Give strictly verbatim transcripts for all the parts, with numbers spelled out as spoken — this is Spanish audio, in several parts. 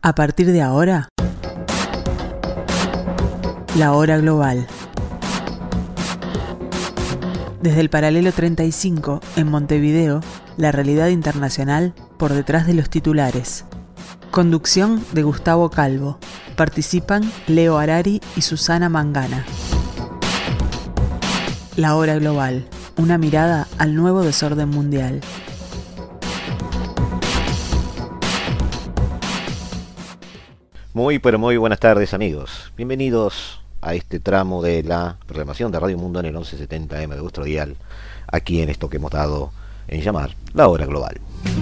A partir de ahora, la hora global. Desde el paralelo treinta y cinco, en Montevideo, la realidad internacional por detrás de los titulares. Conducción de Gustavo Calvo. Participan Leo Harari y Susana Mangana. La hora global. Una mirada al nuevo desorden mundial. Muy, pero muy buenas tardes, amigos. Bienvenidos a este tramo de la programación de Radio Mundo en el once setenta eme de vuestro dial, aquí en esto que hemos dado en llamar la hora global.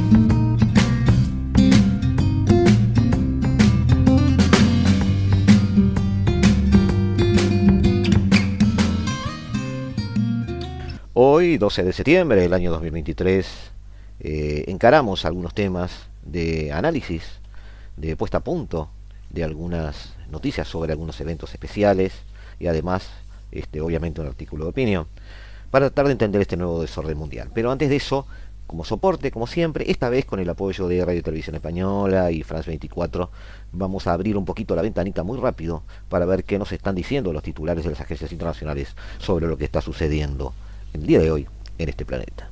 Hoy, doce de septiembre del año dos mil veintitrés, eh, encaramos algunos temas de análisis, de puesta a punto de algunas noticias sobre algunos eventos especiales y además, este, obviamente, un artículo de opinión para tratar de entender este nuevo desorden mundial. Pero antes de eso, como soporte, como siempre, esta vez con el apoyo de Radio Televisión Española y France veinticuatro, vamos a abrir un poquito la ventanita muy rápido para ver qué nos están diciendo los titulares de las agencias internacionales sobre lo que está sucediendo el día de hoy en este planeta.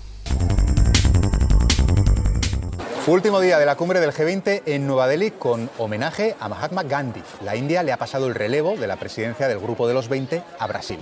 Fue último día de la cumbre del Ge veinte en Nueva Delhi con homenaje a Mahatma Gandhi. La India le ha pasado el relevo de la presidencia del Grupo de los veinte a Brasil.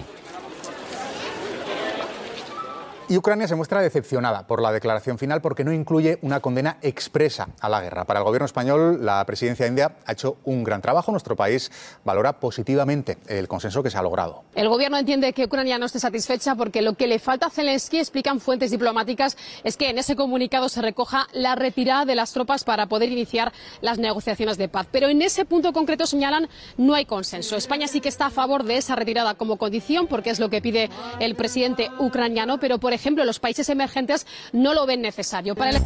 Y Ucrania se muestra decepcionada por la declaración final porque no incluye una condena expresa a la guerra. Para el gobierno español, la presidencia india ha hecho un gran trabajo. Nuestro país valora positivamente el consenso que se ha logrado. El gobierno entiende que Ucrania no esté satisfecha porque lo que le falta a Zelensky, explican fuentes diplomáticas, es que en ese comunicado se recoja la retirada de las tropas para poder iniciar las negociaciones de paz. Pero en ese punto concreto, señalan, no hay consenso. España sí que está a favor de esa retirada como condición porque es lo que pide el presidente ucraniano, pero por Por ejemplo, los países emergentes no lo ven necesario. Para el...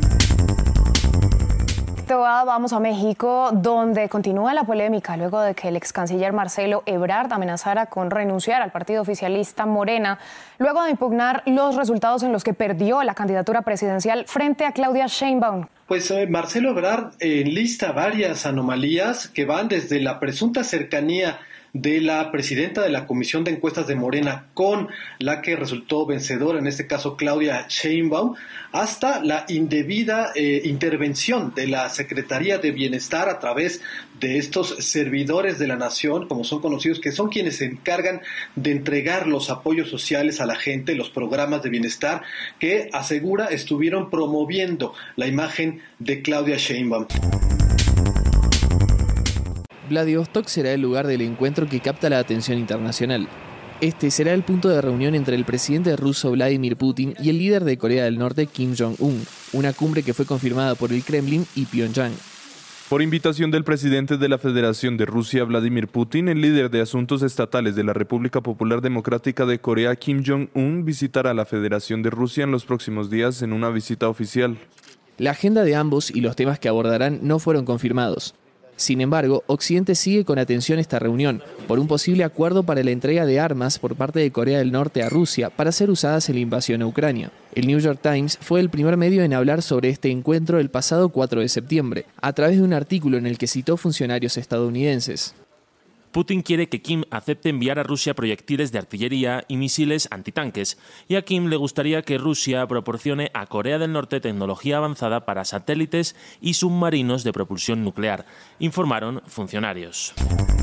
Vamos a México, donde continúa la polémica luego de que el ex canciller Marcelo Ebrard amenazara con renunciar al partido oficialista Morena, luego de impugnar los resultados en los que perdió la candidatura presidencial frente a Claudia Sheinbaum. Pues eh, Marcelo Ebrard enlista varias anomalías que van desde la presunta cercanía de la presidenta de la Comisión de Encuestas de Morena con la que resultó vencedora, en este caso Claudia Sheinbaum, hasta la indebida eh, intervención de la Secretaría de Bienestar a través de estos servidores de la nación, como son conocidos, que son quienes se encargan de entregar los apoyos sociales a la gente, los programas de bienestar, que asegura estuvieron promoviendo la imagen de Claudia Sheinbaum. Vladivostok será el lugar del encuentro que capta la atención internacional. Este será el punto de reunión entre el presidente ruso Vladimir Putin y el líder de Corea del Norte Kim Jong-un, una cumbre que fue confirmada por el Kremlin y Pyongyang. Por invitación del presidente de la Federación de Rusia, Vladimir Putin, el líder de asuntos estatales de la República Popular Democrática de Corea, Kim Jong-un, visitará la Federación de Rusia en los próximos días en una visita oficial. La agenda de ambos y los temas que abordarán no fueron confirmados. Sin embargo, Occidente sigue con atención esta reunión por un posible acuerdo para la entrega de armas por parte de Corea del Norte a Rusia para ser usadas en la invasión a Ucrania. El New York Times fue el primer medio en hablar sobre este encuentro el pasado cuatro de septiembre, a través de un artículo en el que citó funcionarios estadounidenses. Putin quiere que Kim acepte enviar a Rusia proyectiles de artillería y misiles antitanques, y a Kim le gustaría que Rusia proporcione a Corea del Norte tecnología avanzada para satélites y submarinos de propulsión nuclear, informaron funcionarios.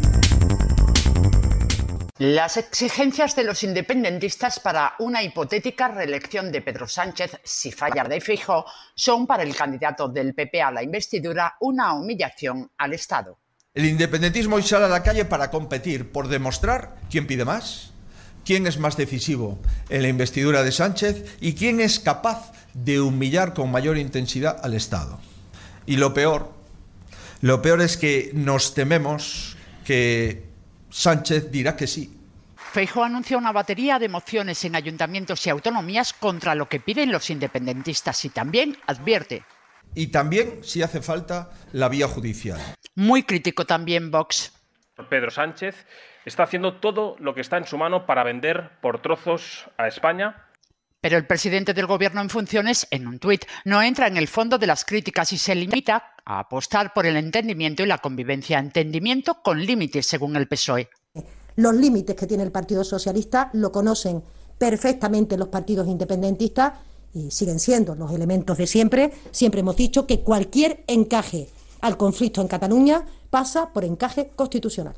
Las exigencias de los independentistas para una hipotética reelección de Pedro Sánchez, si falla de Feijóo, son para el candidato del P P a la investidura una humillación al Estado. El independentismo hoy sale a la calle para competir, por demostrar quién pide más, quién es más decisivo en la investidura de Sánchez y quién es capaz de humillar con mayor intensidad al Estado. Y lo peor, lo peor es que nos tememos que Sánchez dirá que sí. Feijóo anuncia una batería de mociones en ayuntamientos y autonomías contra lo que piden los independentistas y también advierte. Y también, si hace falta, la vía judicial. Muy crítico también Vox. Pedro Sánchez está haciendo todo lo que está en su mano para vender por trozos a España. Pero el presidente del gobierno en funciones, en un tuit, no entra en el fondo de las críticas y se limita a apostar por el entendimiento y la convivencia. Entendimiento con límites, según el P S O E. Los límites que tiene el Partido Socialista lo conocen perfectamente los partidos independentistas y siguen siendo los elementos de siempre. Siempre hemos dicho que cualquier encaje al conflicto en Cataluña pasa por encaje constitucional.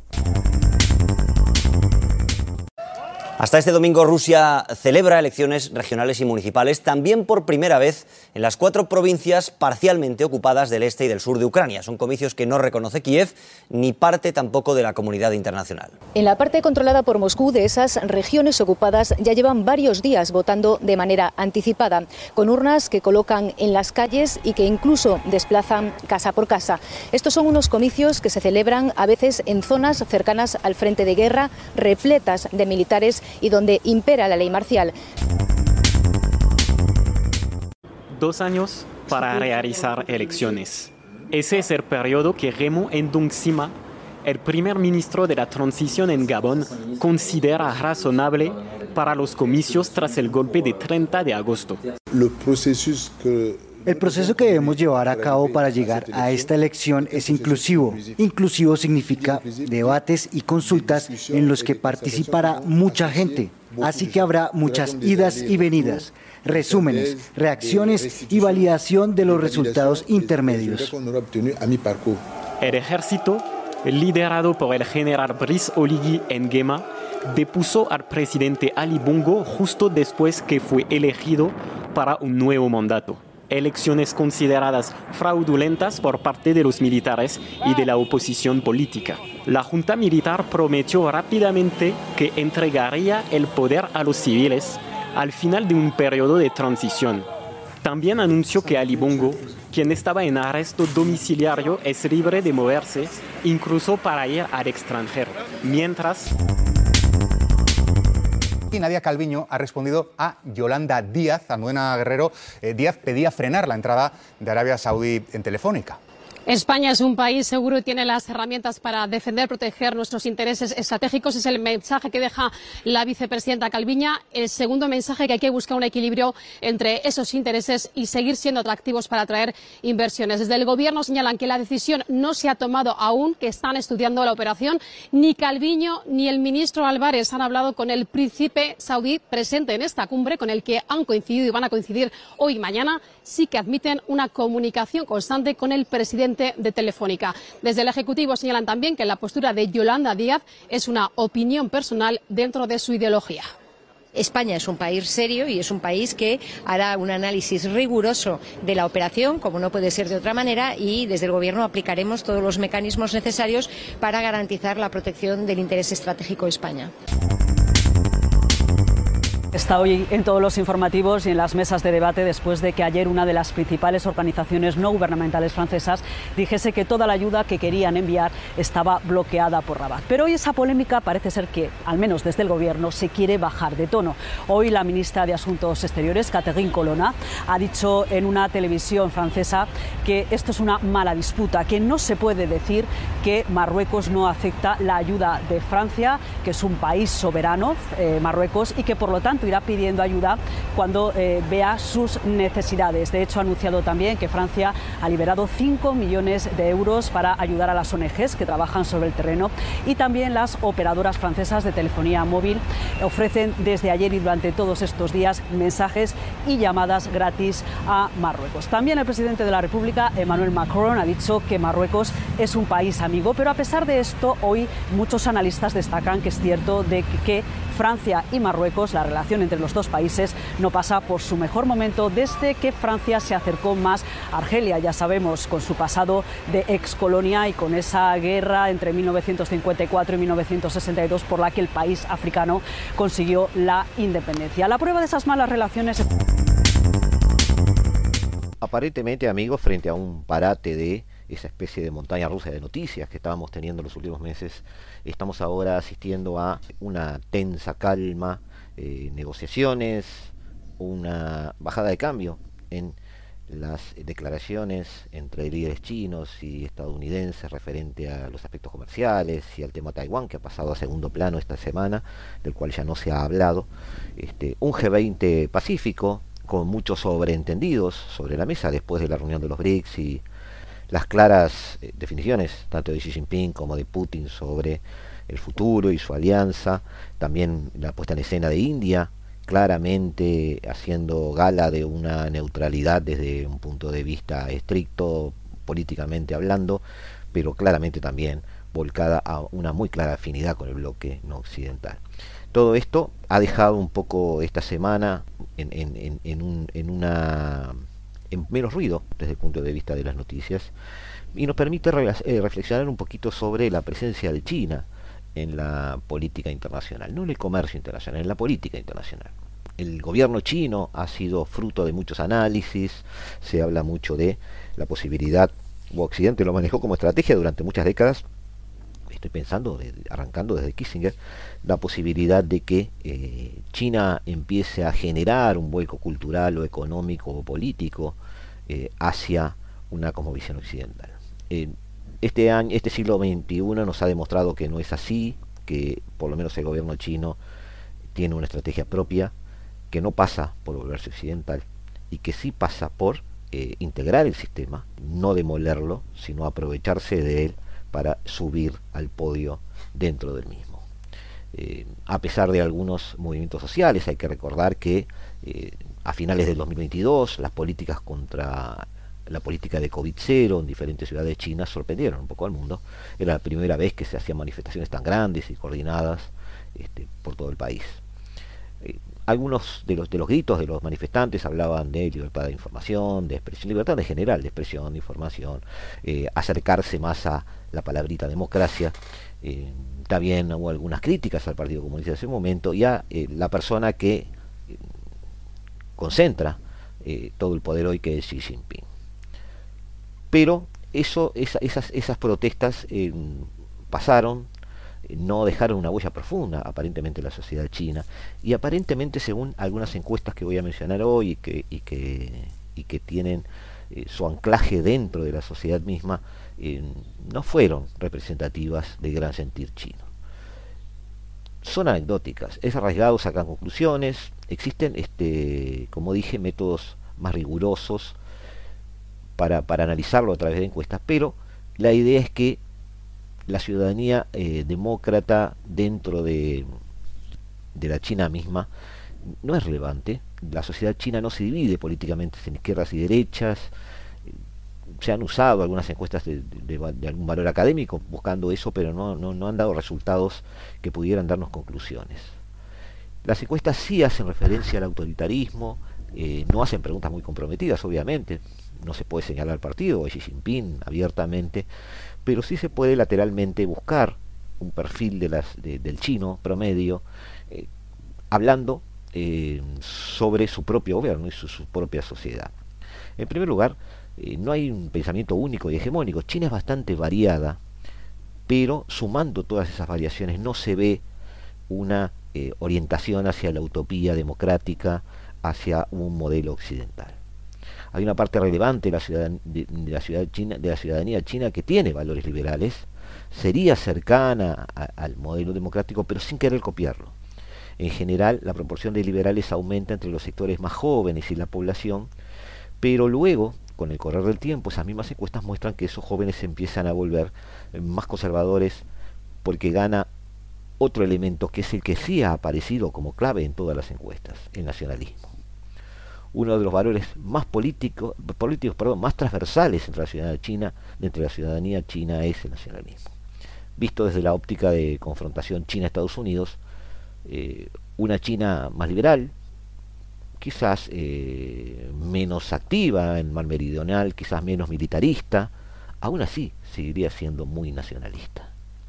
Hasta este domingo Rusia celebra elecciones regionales y municipales, también por primera vez en las cuatro provincias parcialmente ocupadas del este y del sur de Ucrania. Son comicios que no reconoce Kiev ni parte tampoco de la comunidad internacional. En la parte controlada por Moscú de esas regiones ocupadas ya llevan varios días votando de manera anticipada, con urnas que colocan en las calles y que incluso desplazan casa por casa. Estos son unos comicios que se celebran a veces en zonas cercanas al frente de guerra, repletas de militares y donde impera la ley marcial. Dos años para realizar elecciones. Ese es el periodo que Remo Ndontsima, el primer ministro de la transición en Gabón, considera razonable para los comicios tras el golpe de treinta de agosto. El proceso que debemos llevar a cabo para llegar a esta elección es inclusivo. Inclusivo significa debates y consultas en los que participará mucha gente. Así que habrá muchas idas y venidas, resúmenes, reacciones y validación de los resultados intermedios. El ejército, liderado por el general Brice Oligui Nguema, depuso al presidente Ali Bongo justo después que fue elegido para un nuevo mandato. Elecciones consideradas fraudulentas por parte de los militares y de la oposición política. La Junta Militar prometió rápidamente que entregaría el poder a los civiles al final de un periodo de transición. También anunció que Ali Bongo, quien estaba en arresto domiciliario, es libre de moverse, incluso para ir al extranjero. Mientras... Y Nadia Calviño ha respondido a Yolanda Díaz, Almudena Guerrero. Eh, Díaz pedía frenar la entrada de Arabia Saudí en Telefónica. España es un país seguro y tiene las herramientas para defender, proteger nuestros intereses estratégicos. Es el mensaje que deja la vicepresidenta Calviño. El segundo mensaje, que hay que buscar un equilibrio entre esos intereses y seguir siendo atractivos para atraer inversiones. Desde el Gobierno señalan que la decisión no se ha tomado aún, que están estudiando la operación. Ni Calviño ni el ministro Álvarez han hablado con el príncipe saudí presente en esta cumbre, con el que han coincidido y van a coincidir hoy y mañana. Sí que admiten una comunicación constante con el presidente de Telefónica. Desde el Ejecutivo señalan también que la postura de Yolanda Díaz es una opinión personal dentro de su ideología. España es un país serio y es un país que hará un análisis riguroso de la operación, como no puede ser de otra manera, y desde el Gobierno aplicaremos todos los mecanismos necesarios para garantizar la protección del interés estratégico de España. Está hoy en todos los informativos y en las mesas de debate después de que ayer una de las principales organizaciones no gubernamentales francesas dijese que toda la ayuda que querían enviar estaba bloqueada por Rabat. Pero hoy esa polémica parece ser que, al menos desde el Gobierno, se quiere bajar de tono. Hoy la ministra de Asuntos Exteriores, Catherine Colonna, ha dicho en una televisión francesa que esto es una mala disputa, que no se puede decir que Marruecos no acepta la ayuda de Francia, que es un país soberano, eh, Marruecos, y que por lo tanto irá pidiendo ayuda cuando eh, vea sus necesidades. De hecho, ha anunciado también que Francia ha liberado cinco millones de euros para ayudar a las O N Ges que trabajan sobre el terreno, y también las operadoras francesas de telefonía móvil ofrecen desde ayer y durante todos estos días mensajes y llamadas gratis a Marruecos. También el presidente de la República, Emmanuel Macron, ha dicho que Marruecos es un país amigo, pero a pesar de esto, hoy muchos analistas destacan que es cierto de que Francia y Marruecos, la relación entre los dos países no pasa por su mejor momento desde que Francia se acercó más a Argelia, ya sabemos, con su pasado de excolonia y con esa guerra entre mil novecientos cincuenta y cuatro y mil novecientos sesenta y dos por la que el país africano consiguió la independencia. La prueba de esas malas relaciones... Aparentemente, amigos, frente a un parate de esa especie de montaña rusa de noticias que estábamos teniendo los últimos meses, estamos ahora asistiendo a una tensa calma, eh, negociaciones, una bajada de cambio en las declaraciones entre líderes chinos y estadounidenses referente a los aspectos comerciales y al tema Taiwán, que ha pasado a segundo plano esta semana, del cual ya no se ha hablado. Este, un G veinte pacífico, con muchos sobreentendidos sobre la mesa después de la reunión de los B R I C S y las claras eh, definiciones, tanto de Xi Jinping como de Putin, sobre el futuro y su alianza, también la puesta en escena de India, claramente haciendo gala de una neutralidad desde un punto de vista estricto, políticamente hablando, pero claramente también volcada a una muy clara afinidad con el bloque no occidental. Todo esto ha dejado un poco esta semana en, en, en, en, un, en, una, en menos ruido desde el punto de vista de las noticias, y nos permite re, eh, reflexionar un poquito sobre la presencia de China en la política internacional, no en el comercio internacional, en la política internacional. El gobierno chino ha sido fruto de muchos análisis, se habla mucho de la posibilidad, o Occidente lo manejó como estrategia durante muchas décadas, estoy pensando, de, arrancando desde Kissinger, la posibilidad de que eh, China empiece a generar un vuelco cultural o económico o político eh, hacia una cosmovisión occidental. Eh, este, año, este siglo veintiuno nos ha demostrado que no es así, que por lo menos el gobierno chino tiene una estrategia propia, que no pasa por volverse occidental y que sí pasa por eh, integrar el sistema, no demolerlo, sino aprovecharse de él para subir al podio dentro del mismo. Eh, a pesar de algunos movimientos sociales, hay que recordar que eh, a finales del dos mil veintidós las políticas contra la política de COVID cero en diferentes ciudades chinas sorprendieron un poco al mundo. Era la primera vez que se hacían manifestaciones tan grandes y coordinadas este, por todo el país. Eh, algunos de los, de los gritos de los manifestantes hablaban de libertad de información, de expresión, libertad en general, de expresión, de información, eh, acercarse más a la palabrita democracia. Eh, también hubo algunas críticas al Partido Comunista en ese momento y a eh, la persona que eh, concentra eh, todo el poder hoy, que es Xi Jinping. Pero eso, esa, esas, esas protestas eh, pasaron, no dejaron una huella profunda aparentemente en la sociedad china, y aparentemente, según algunas encuestas que voy a mencionar hoy y que, y que, y que tienen eh, su anclaje dentro de la sociedad misma, eh, no fueron representativas del gran sentir chino. Son anecdóticas, es arriesgado sacar conclusiones, existen, este, como dije, métodos más rigurosos para, para analizarlo a través de encuestas, pero la idea es que la ciudadanía eh, demócrata dentro de, de la China misma no es relevante. La sociedad china no se divide políticamente en izquierdas y derechas. Se han usado algunas encuestas de, de, de algún valor académico buscando eso, pero no, no, no han dado resultados que pudieran darnos conclusiones. Las encuestas sí hacen referencia al autoritarismo, eh, no hacen preguntas muy comprometidas, obviamente. No se puede señalar al partido o a Xi Jinping abiertamente, pero sí se puede lateralmente buscar un perfil de las, de, del chino promedio, eh, hablando eh, sobre su propio gobierno y su, su propia sociedad. En primer lugar, eh, no hay un pensamiento único y hegemónico. China es bastante variada, pero sumando todas esas variaciones no se ve una eh, orientación hacia la utopía democrática, hacia un modelo occidental. Hay una parte relevante de la, ciudad, de, de, la ciudad china, de la ciudadanía china que tiene valores liberales, sería cercana a, al modelo democrático, pero sin querer copiarlo. En general, la proporción de liberales aumenta entre los sectores más jóvenes y la población, pero luego, con el correr del tiempo, esas mismas encuestas muestran que esos jóvenes se empiezan a volver más conservadores porque gana otro elemento que es el que sí ha aparecido como clave en todas las encuestas, el nacionalismo. Uno de los valores más políticos, políticos perdón, más transversales entre la ciudadanía china, entre la ciudadanía china es el nacionalismo. Visto desde la óptica de confrontación China-Estados Unidos, eh, una China más liberal, quizás eh, menos activa en el mar meridional, quizás menos militarista, aún así seguiría siendo muy nacionalista.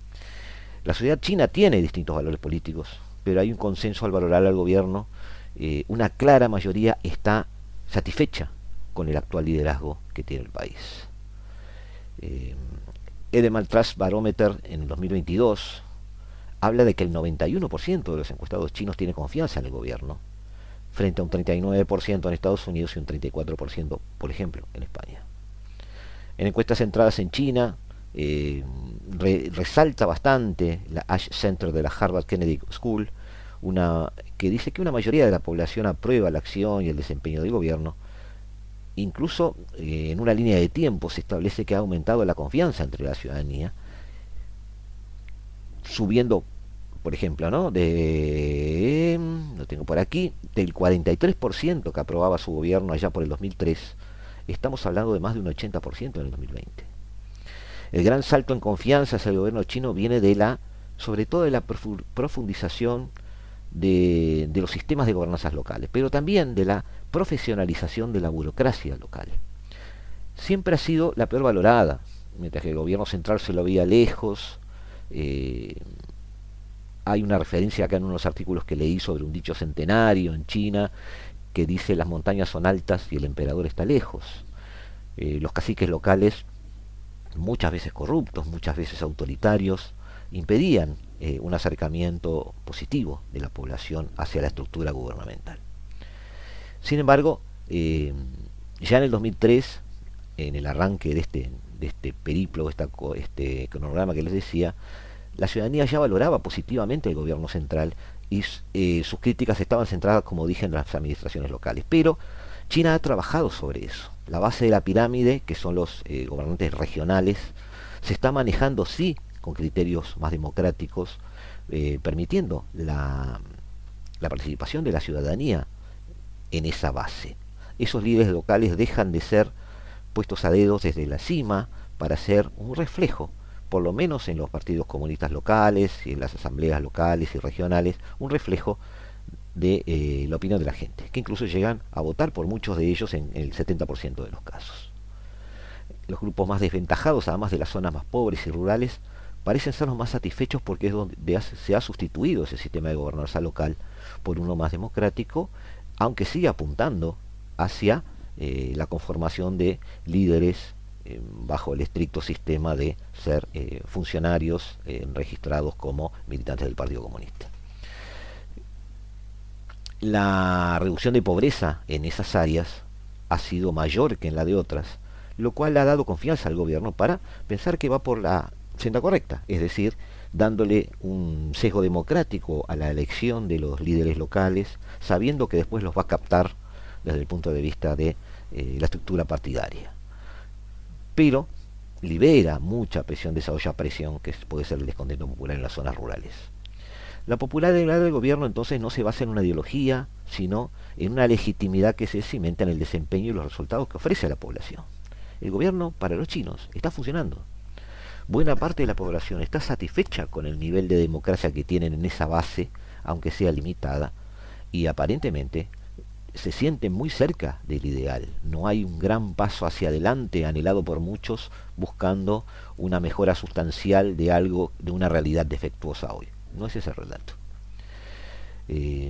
La sociedad china tiene distintos valores políticos, pero hay un consenso al valorar al gobierno. Eh, una clara mayoría está satisfecha con el actual liderazgo que tiene el país. Eh, Edelman Trust Barometer en el dos mil veintidós habla de que el noventa y uno por ciento de los encuestados chinos tiene confianza en el gobierno, frente a un treinta y nueve por ciento en Estados Unidos y un treinta y cuatro por ciento, por ejemplo, en España. En encuestas centradas en China, eh, re, resalta bastante la Ash Center de la Harvard Kennedy School, una que dice que una mayoría de la población aprueba la acción y el desempeño del gobierno, incluso eh, en una línea de tiempo se establece que ha aumentado la confianza entre la ciudadanía, subiendo, por ejemplo, ¿no? de, lo tengo por aquí, del cuarenta y tres por ciento que aprobaba su gobierno allá por el dos mil tres, estamos hablando de más de un ochenta por ciento en el dos mil veinte. El gran salto en confianza hacia el gobierno chino viene de la, sobre todo de la profundización de, de los sistemas de gobernanzas locales, pero también de la profesionalización de la burocracia local. Siempre ha sido la peor valorada, mientras que el gobierno central se lo veía lejos. Eh, hay una referencia acá en unos artículos que leí sobre un dicho centenario en China que dice: las montañas son altas y el emperador está lejos. Eh, los caciques locales, muchas veces corruptos, muchas veces autoritarios, impedían eh, un acercamiento positivo de la población hacia la estructura gubernamental. Sin embargo, eh, ya en el dos mil tres, en el arranque de este, de este periplo, esta, este cronograma que les decía, la ciudadanía ya valoraba positivamente el gobierno central y eh, sus críticas estaban centradas, como dije, en las administraciones locales. Pero China ha trabajado sobre eso. La base de la pirámide, que son los eh, gobernantes regionales, se está manejando, sí, con criterios más democráticos, eh, permitiendo la, la participación de la ciudadanía en esa base. Esos líderes locales dejan de ser puestos a dedos desde la cima para ser un reflejo, por lo menos en los partidos comunistas locales y en las asambleas locales y regionales, un reflejo de eh, la opinión de la gente, que incluso llegan a votar por muchos de ellos en, en el setenta por ciento de los casos. Los grupos más desventajados, además de las zonas más pobres y rurales, parecen ser los más satisfechos porque es donde se ha sustituido ese sistema de gobernanza local por uno más democrático, aunque sigue apuntando hacia eh, la conformación de líderes eh, bajo el estricto sistema de ser eh, funcionarios eh, registrados como militantes del Partido Comunista. La reducción de pobreza en esas áreas ha sido mayor que en la de otras, lo cual ha dado confianza al gobierno para pensar que va por la senda correcta, es decir, dándole un sesgo democrático a la elección de los líderes locales, sabiendo que después los va a captar desde el punto de vista de eh, la estructura partidaria. Pero libera mucha presión de esa olla a presión que puede ser el descontento popular en las zonas rurales. La popularidad del gobierno entonces no se basa en una ideología, sino en una legitimidad que se cimenta en el desempeño y los resultados que ofrece a la población. El gobierno, para los chinos, está funcionando. Buena parte de la población está satisfecha con el nivel de democracia que tienen en esa base, aunque sea limitada, y aparentemente se sienten muy cerca del ideal. No hay un gran paso hacia adelante anhelado por muchos buscando una mejora sustancial de algo, de una realidad defectuosa hoy. No es ese el relato. Eh,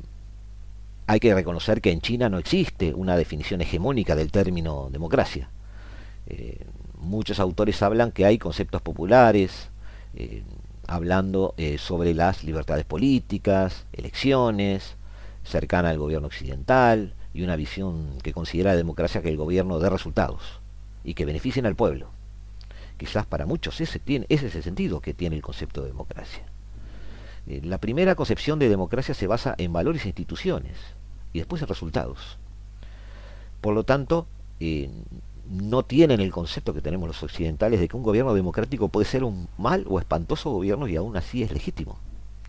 hay que reconocer que en China no existe una definición hegemónica del término democracia. Eh, muchos autores hablan que hay conceptos populares, eh, hablando eh, sobre las libertades políticas, elecciones, cercana al gobierno occidental, y una visión que considera la democracia que el gobierno dé resultados y que beneficien al pueblo. Quizás para muchos ese, tiene, ese es el sentido que tiene el concepto de democracia. Eh, la primera concepción de democracia se basa en valores e instituciones, y después en resultados. Por lo tanto, eh, no tienen el concepto que tenemos los occidentales de que un gobierno democrático puede ser un mal o espantoso gobierno y aún así es legítimo.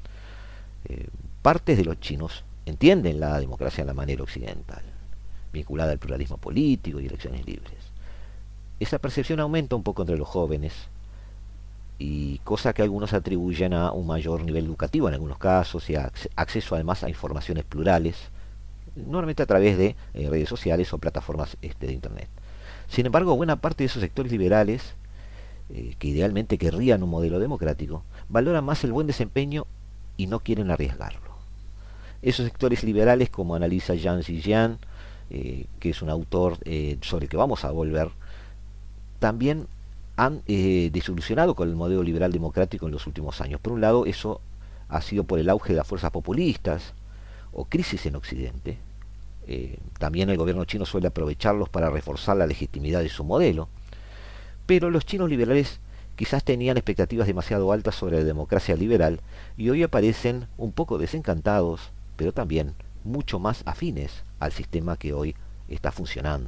Eh, partes de los chinos entienden la democracia de la manera occidental, vinculada al pluralismo político y elecciones libres. Esa percepción aumenta un poco entre los jóvenes, y cosa que algunos atribuyen a un mayor nivel educativo en algunos casos y a acceso además a informaciones plurales, normalmente a través de eh, redes sociales o plataformas este, de internet. Sin embargo, buena parte de esos sectores liberales, eh, que idealmente querrían un modelo democrático, valoran más el buen desempeño y no quieren arriesgarlo. Esos sectores liberales, como analiza Yang Zijian, eh, que es un autor eh, sobre el que vamos a volver, también han eh, desilusionado con el modelo liberal democrático en los últimos años. Por un lado, eso ha sido por el auge de las fuerzas populistas o crisis en Occidente. Eh, también el gobierno chino suele aprovecharlos para reforzar la legitimidad de su modelo, pero los chinos liberales quizás tenían expectativas demasiado altas sobre la democracia liberal y hoy aparecen un poco desencantados, pero también mucho más afines al sistema que hoy está funcionando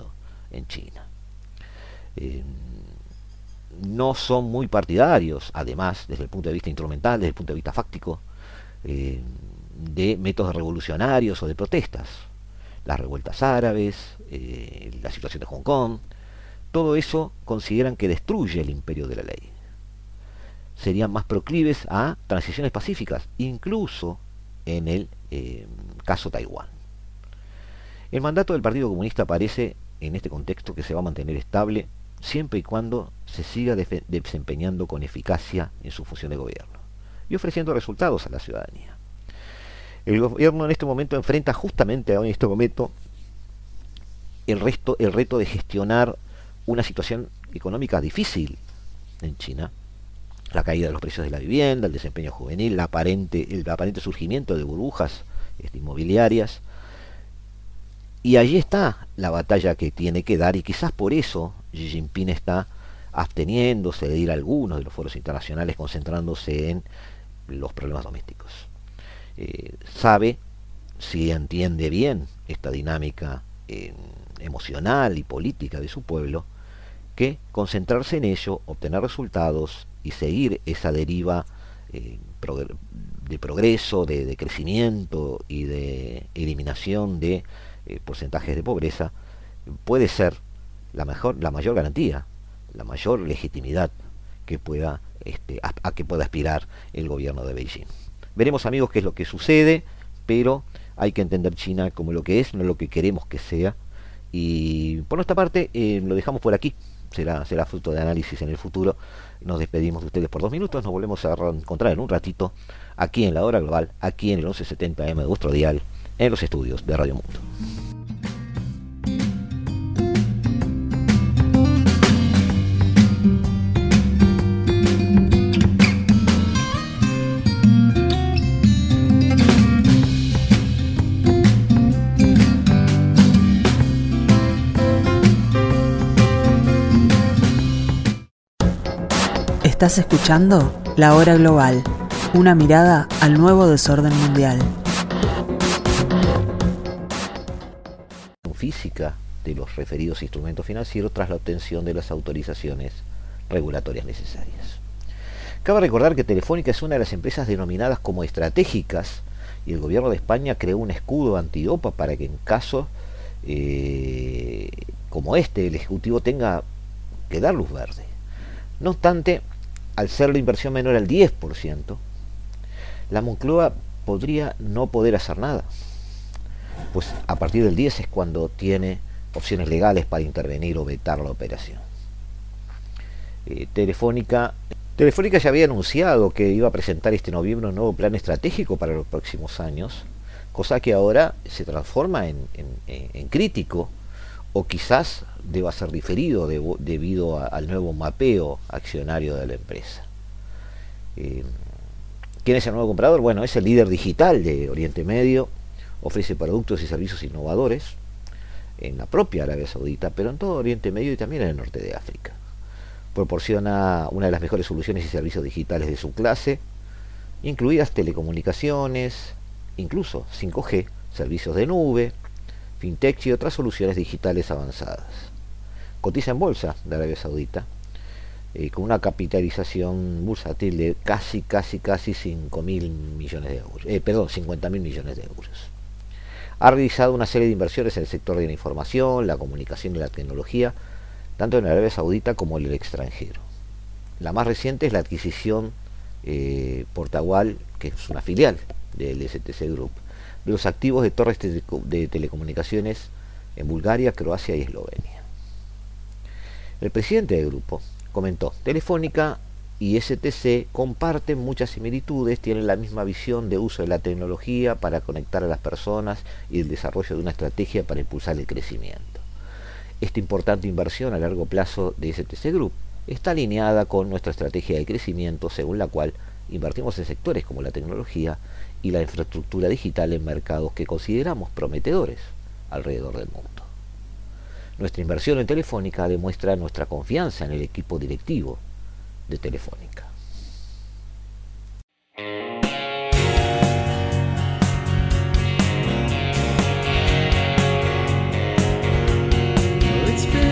en China. Eh, no son muy partidarios, además, desde el punto de vista instrumental, desde el punto de vista fáctico, eh, de métodos revolucionarios o de protestas. Las revueltas árabes, eh, la situación de Hong Kong, todo eso consideran que destruye el imperio de la ley. Serían más proclives a transiciones pacíficas, incluso en el eh, caso Taiwán. El mandato del Partido Comunista parece, en este contexto, que se va a mantener estable siempre y cuando se siga desempeñando con eficacia en su función de gobierno y ofreciendo resultados a la ciudadanía. El gobierno en este momento enfrenta justamente en este momento el, resto, el reto de gestionar una situación económica difícil en China, la caída de los precios de la vivienda, el desempeño juvenil, la aparente, el aparente surgimiento de burbujas este, inmobiliarias. Y allí está la batalla que tiene que dar, y quizás por eso Xi Jinping está absteniéndose de ir a algunos de los foros internacionales, concentrándose en los problemas domésticos. Eh, sabe, si entiende bien esta dinámica eh, emocional y política de su pueblo, que concentrarse en ello, obtener resultados y seguir esa deriva eh, progr de progreso, de, de crecimiento y de eliminación de eh, porcentajes de pobreza, puede ser la mejor, la mayor garantía, la mayor legitimidad que pueda, este, a, a que pueda aspirar el gobierno de Beijing. Veremos, amigos, qué es lo que sucede, pero hay que entender China como lo que es, no lo que queremos que sea. Y por nuestra parte, eh, lo dejamos por aquí. Será, será fruto de análisis en el futuro. Nos despedimos de ustedes por dos minutos. Nos volvemos a encontrar en un ratito aquí en La Hora Global, aquí en el once setenta eme de vuestro dial, en los estudios de Radio Mundo. Estás escuchando La Hora Global, una mirada al nuevo desorden mundial. Física de los referidos instrumentos financieros tras la obtención de las autorizaciones regulatorias necesarias. Cabe recordar que Telefónica es una de las empresas denominadas como estratégicas y el gobierno de España creó un escudo antidopa para que en casos eh, como este el Ejecutivo tenga que dar luz verde. No obstante, al ser la inversión menor al diez por ciento, la Moncloa podría no poder hacer nada, pues a partir del diez es cuando tiene opciones legales para intervenir o vetar la operación. Eh, Telefónica, Telefónica ya había anunciado que iba a presentar este noviembre un nuevo plan estratégico para los próximos años, cosa que ahora se transforma en, en, en crítico, o quizás deba ser diferido de, debido a, al nuevo mapeo accionario de la empresa. Eh, ¿Quién es el nuevo comprador? Bueno, es el líder digital de Oriente Medio, ofrece productos y servicios innovadores en la propia Arabia Saudita, pero en todo Oriente Medio y también en el norte de África. Proporciona una de las mejores soluciones y servicios digitales de su clase, incluidas telecomunicaciones, incluso cinco G, servicios de nube, fintech y otras soluciones digitales avanzadas. Cotiza en bolsa de Arabia Saudita, eh, con una capitalización bursátil de casi, casi, casi cinco mil millones de euros, eh, perdón, cincuenta mil millones de euros. Ha realizado una serie de inversiones en el sector de la información, la comunicación y la tecnología, tanto en Arabia Saudita como en el extranjero. La más reciente es la adquisición eh, por Tawal, que es una filial del S T C Group, de los activos de torres de, de telecomunicaciones en Bulgaria, Croacia y Eslovenia. El presidente del grupo comentó: Telefónica y S T C comparten muchas similitudes, tienen la misma visión de uso de la tecnología para conectar a las personas y el desarrollo de una estrategia para impulsar el crecimiento. Esta importante inversión a largo plazo de S T C Group está alineada con nuestra estrategia de crecimiento, según la cual invertimos en sectores como la tecnología y la infraestructura digital en mercados que consideramos prometedores alrededor del mundo. Nuestra inversión en Telefónica demuestra nuestra confianza en el equipo directivo de Telefónica. It's been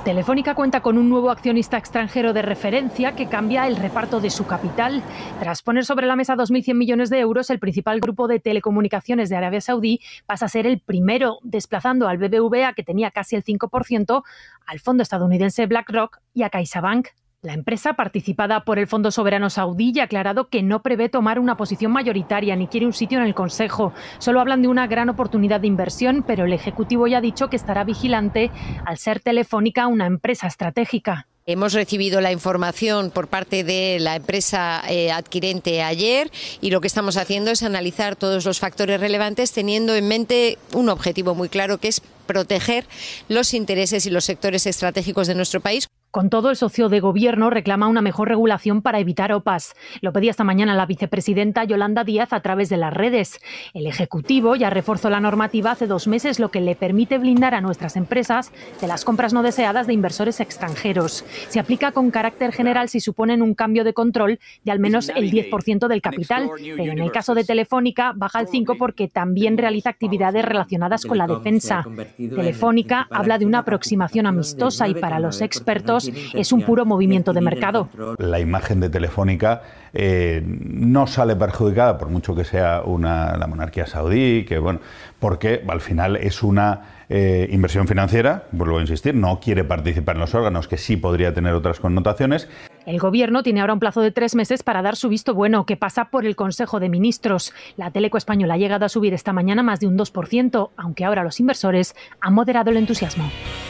Telefónica cuenta con un nuevo accionista extranjero de referencia que cambia el reparto de su capital. Tras poner sobre la mesa dos mil cien millones de euros, el principal grupo de telecomunicaciones de Arabia Saudí pasa a ser el primero, desplazando al B B V A, que tenía casi el cinco por ciento, al fondo estadounidense BlackRock y a CaixaBank. La empresa, participada por el Fondo Soberano Saudí, ya ha aclarado que no prevé tomar una posición mayoritaria ni quiere un sitio en el Consejo. Solo hablan de una gran oportunidad de inversión, pero el Ejecutivo ya ha dicho que estará vigilante al ser Telefónica una empresa estratégica. Hemos recibido la información por parte de la empresa eh, adquirente ayer y lo que estamos haciendo es analizar todos los factores relevantes teniendo en mente un objetivo muy claro, que es proteger los intereses y los sectores estratégicos de nuestro país. Con todo, el socio de gobierno reclama una mejor regulación para evitar O P As. Lo pedía esta mañana la vicepresidenta Yolanda Díaz a través de las redes. El Ejecutivo ya reforzó la normativa hace dos meses, lo que le permite blindar a nuestras empresas de las compras no deseadas de inversores extranjeros. Se aplica con carácter general si suponen un cambio de control de al menos el diez por ciento del capital, pero en el caso de Telefónica baja al cinco por ciento porque también realiza actividades relacionadas con la defensa. Telefónica habla de una aproximación amistosa y para los expertos es un puro movimiento de mercado. La imagen de Telefónica eh, no sale perjudicada, por mucho que sea una, la monarquía saudí, que bueno, porque al final es una eh, inversión financiera, vuelvo a insistir, no quiere participar en los órganos, que sí podría tener otras connotaciones. El Gobierno tiene ahora un plazo de tres meses para dar su visto bueno, que pasa por el Consejo de Ministros. La Teleco española ha llegado a subir esta mañana más de un dos por ciento, aunque ahora los inversores han moderado el entusiasmo.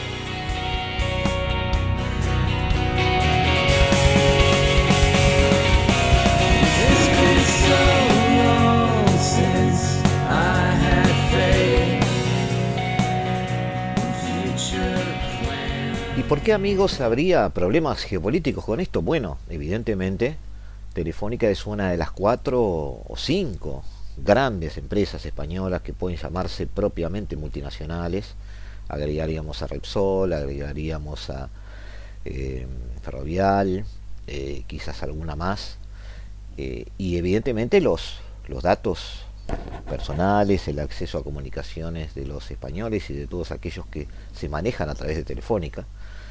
¿Por qué, amigos, habría problemas geopolíticos con esto? Bueno, evidentemente, Telefónica es una de las cuatro o cinco grandes empresas españolas que pueden llamarse propiamente multinacionales. Agregaríamos a Repsol, agregaríamos a eh, Ferrovial, eh, quizás alguna más. Eh, y evidentemente los, los datos personales, el acceso a comunicaciones de los españoles y de todos aquellos que se manejan a través de Telefónica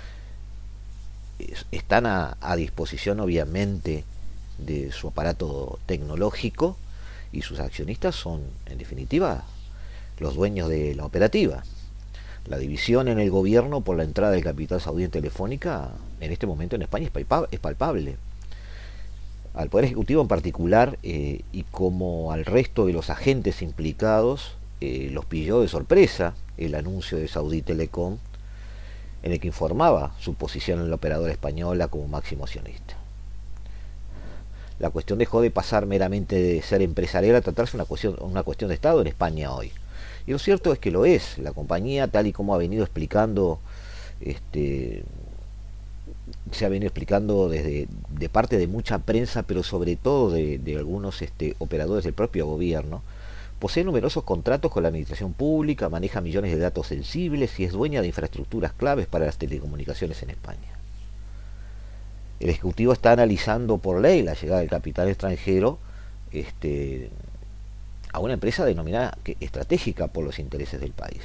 están a, a disposición, obviamente, de su aparato tecnológico, y sus accionistas son, en definitiva, los dueños de la operativa. La división en el gobierno por la entrada del capital saudí en Telefónica en este momento en España es palpable. Al Poder Ejecutivo en particular, eh, y como al resto de los agentes implicados, eh, los pilló de sorpresa el anuncio de Saudi Telecom, en el que informaba su posición en la operadora española como máximo accionista. La cuestión dejó de pasar meramente de ser empresarial a tratarse una cuestión, una cuestión de Estado en España hoy. Y lo cierto es que lo es. La compañía, tal y como ha venido explicando, este, se ha venido explicando desde de parte de mucha prensa, pero sobre todo de, de algunos este, operadores del propio gobierno, posee numerosos contratos con la administración pública, maneja millones de datos sensibles y es dueña de infraestructuras claves para las telecomunicaciones en España. El Ejecutivo está analizando por ley la llegada del capital extranjero este, a una empresa denominada que, estratégica por los intereses del país.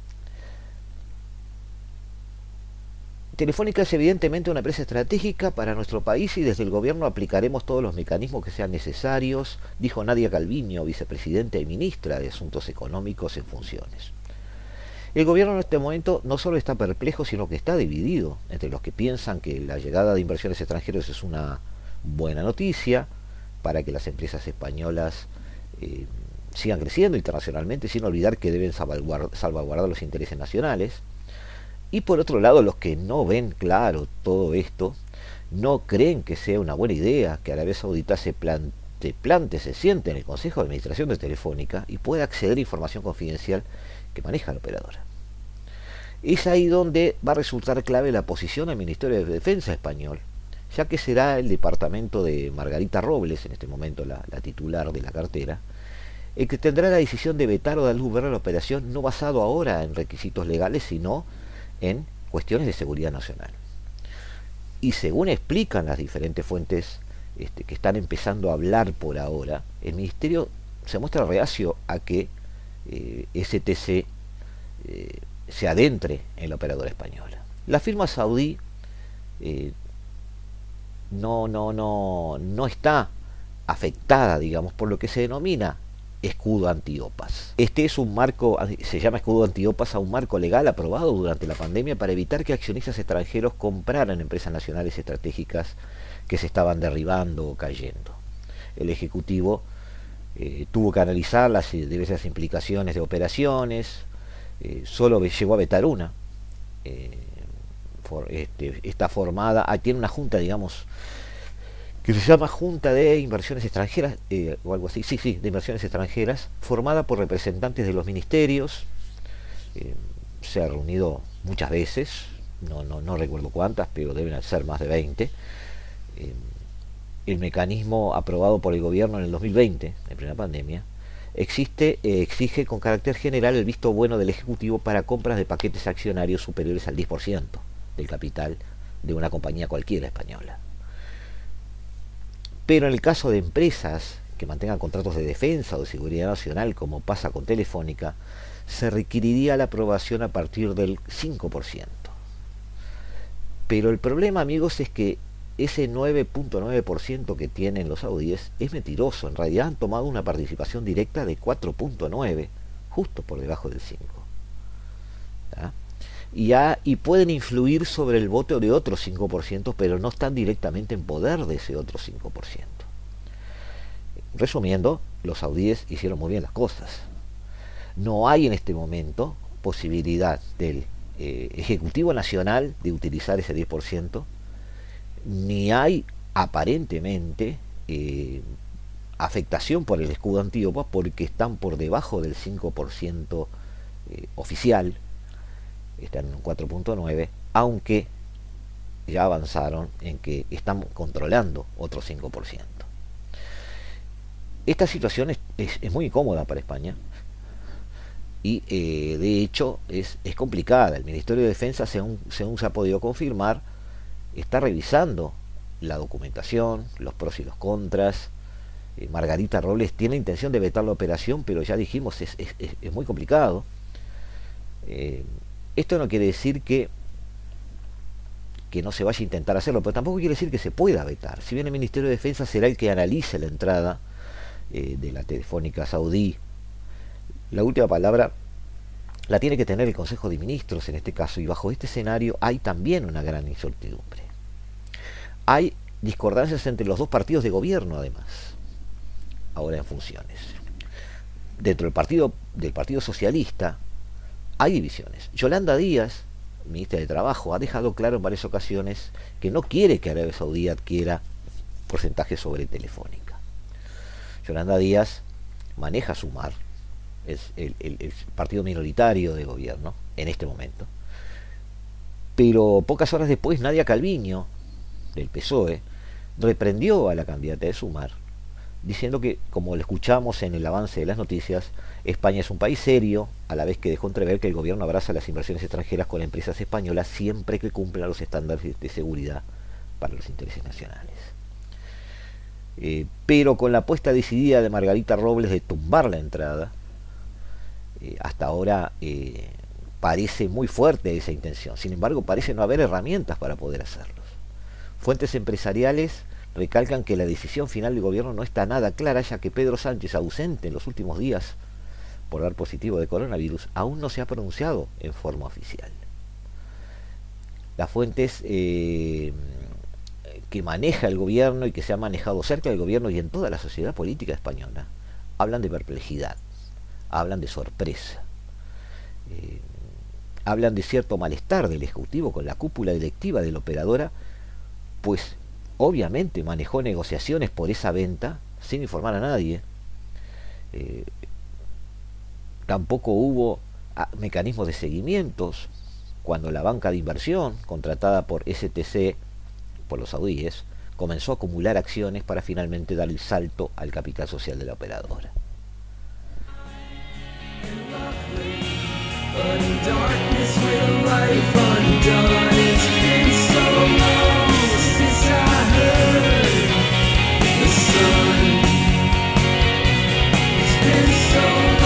Telefónica es evidentemente una empresa estratégica para nuestro país y desde el gobierno aplicaremos todos los mecanismos que sean necesarios, dijo Nadia Calviño, vicepresidenta y ministra de Asuntos Económicos en funciones. El gobierno en este momento no solo está perplejo, sino que está dividido entre los que piensan que la llegada de inversiones extranjeras es una buena noticia para que las empresas españolas eh, sigan creciendo internacionalmente, sin olvidar que deben salvaguardar, salvaguardar los intereses nacionales. Y por otro lado, los que no ven claro todo esto, no creen que sea una buena idea que Arabia Saudita se plante, plante, se siente en el Consejo de Administración de Telefónica y pueda acceder a información confidencial que maneja la operadora. Es ahí donde va a resultar clave la posición del Ministerio de Defensa español, ya que será el departamento de Margarita Robles, en este momento la, la titular de la cartera, el que tendrá la decisión de vetar o dar luz verde a la operación, no basado ahora en requisitos legales, sino en cuestiones de seguridad nacional. Y según explican las diferentes fuentes este, que están empezando a hablar por ahora, el Ministerio se muestra reacio a que eh, S T C eh, se adentre en la operadora española. La firma saudí eh, no, no, no, no está afectada, digamos, por lo que se denomina escudo anti-OPAs. Este es un marco, se llama escudo anti-OPAs a un marco legal aprobado durante la pandemia para evitar que accionistas extranjeros compraran empresas nacionales estratégicas que se estaban derribando o cayendo. El Ejecutivo eh, tuvo que analizar las diversas implicaciones de operaciones, eh, solo llegó a vetar una. Eh, for, este, está formada, ah, tiene una junta, digamos, que se llama Junta de Inversiones Extranjeras, eh, o algo así, sí, sí, de Inversiones Extranjeras, formada por representantes de los ministerios. Eh, se ha reunido muchas veces, no, no, no recuerdo cuántas, pero deben ser más de veinte. Eh, el mecanismo aprobado por el gobierno en el dos mil veinte, en plena pandemia, existe, eh, exige con carácter general el visto bueno del Ejecutivo para compras de paquetes accionarios superiores al diez por ciento del capital de una compañía cualquiera española. Pero en el caso de empresas que mantengan contratos de defensa o de seguridad nacional, como pasa con Telefónica, se requeriría la aprobación a partir del cinco por ciento. Pero el problema, amigos, es que ese nueve punto nueve por ciento que tienen los saudíes es mentiroso. En realidad han tomado una participación directa de cuatro punto nueve, justo por debajo del cinco. ¿Ah? Y, ha, y pueden influir sobre el voto de otro cinco por ciento, pero no están directamente en poder de ese otro cinco por ciento. Resumiendo, los saudíes hicieron muy bien las cosas. No hay en este momento posibilidad del eh, Ejecutivo Nacional de utilizar ese diez por ciento, ni hay aparentemente eh, afectación por el escudo anti-OPA porque están por debajo del cinco por ciento eh, oficial. Están en un cuatro punto nueve, aunque ya avanzaron en que están controlando otro cinco por ciento. Esta situación es, es, es muy incómoda para España y eh, de hecho es, es complicada. El Ministerio de Defensa, según, según se ha podido confirmar, está revisando la documentación, los pros y los contras. eh, Margarita Robles tiene intención de vetar la operación, pero ya dijimos, es, es, es, es muy complicado. eh, Esto no quiere decir que, que no se vaya a intentar hacerlo, pero tampoco quiere decir que se pueda vetar. Si bien el Ministerio de Defensa será el que analice la entrada eh, de la Telefónica saudí, la última palabra la tiene que tener el Consejo de Ministros en este caso, y bajo este escenario hay también una gran incertidumbre. Hay discordancias entre los dos partidos de gobierno, además, ahora en funciones. Dentro del partido, del Partido Socialista, hay divisiones. Yolanda Díaz, ministra de Trabajo, ha dejado claro en varias ocasiones que no quiere que Arabia Saudí adquiera porcentaje sobre Telefónica. Yolanda Díaz maneja Sumar, es el, el, el partido minoritario de gobierno en este momento. Pero pocas horas después, Nadia Calviño, del P S O E, reprendió a la candidata de Sumar, diciendo que, como lo escuchamos en el avance de las noticias, España es un país serio, a la vez que dejó entrever que el gobierno abraza las inversiones extranjeras con empresas españolas siempre que cumplan los estándares de seguridad para los intereses nacionales. Eh, pero con la apuesta decidida de Margarita Robles de tumbar la entrada, eh, hasta ahora eh, parece muy fuerte esa intención. Sin embargo, parece no haber herramientas para poder hacerlo. Fuentes empresariales recalcan que la decisión final del gobierno no está nada clara, ya que Pedro Sánchez, ausente en los últimos días por dar positivo de coronavirus, aún no se ha pronunciado en forma oficial. Las fuentes eh, que maneja el gobierno y que se han manejado cerca del gobierno y en toda la sociedad política española hablan de perplejidad, hablan de sorpresa, eh, hablan de cierto malestar del Ejecutivo con la cúpula directiva de la operadora, pues obviamente manejó negociaciones por esa venta sin informar a nadie. Eh, tampoco hubo ah, mecanismos de seguimientos cuando la banca de inversión contratada por S T C, por los saudíes, comenzó a acumular acciones para finalmente dar el salto al capital social de la operadora.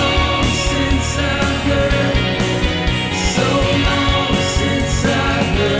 So long since I heard